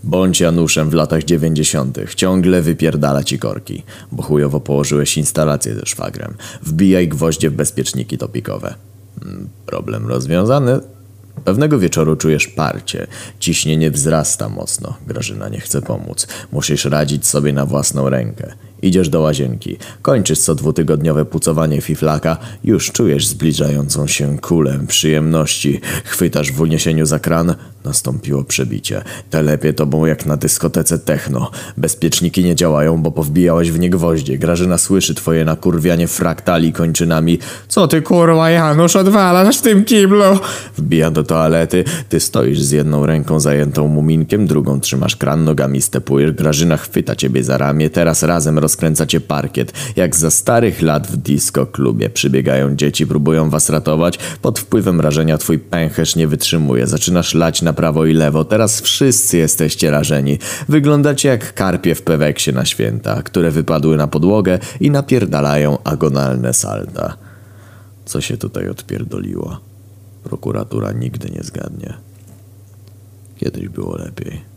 Bądź Januszem w latach 90. Ciągle wypierdala ci korki, bo chujowo położyłeś instalację ze szwagrem. Wbijaj gwoździe w bezpieczniki topikowe. Problem rozwiązany. Pewnego wieczoru czujesz parcie. Ciśnienie wzrasta mocno. Grażyna nie chce pomóc. Musisz radzić sobie na własną rękę. Idziesz do łazienki. Kończysz co dwutygodniowe pucowanie fiflaka. Już czujesz zbliżającą się kulę przyjemności. Chwytasz w uniesieniu za kran. Nastąpiło przebicie. Telepie tobą jak na dyskotece techno. Bezpieczniki nie działają, bo powbijałeś w nie gwoździe. Grażyna słyszy twoje nakurwianie fraktali kończynami. Co ty kurwa Janusz odwalasz w tym kiblu? Wbija do toalety. Ty stoisz z jedną ręką zajętą muminkiem, drugą trzymasz kran, nogami stepujesz. Grażyna chwyta ciebie za ramię. Teraz razem rozkręcacie parkiet. Jak za starych lat w disco klubie. Przybiegają dzieci, próbują was ratować. Pod wpływem rażenia twój pęcherz nie wytrzymuje. Zaczynasz lać na prawo i lewo. Teraz wszyscy jesteście rażeni. Wyglądacie jak karpie w peweksie na święta, które wypadły na podłogę i napierdalają agonalne salta. Co się tutaj odpierdoliło? Prokuratura nigdy nie zgadnie. Kiedyś było lepiej.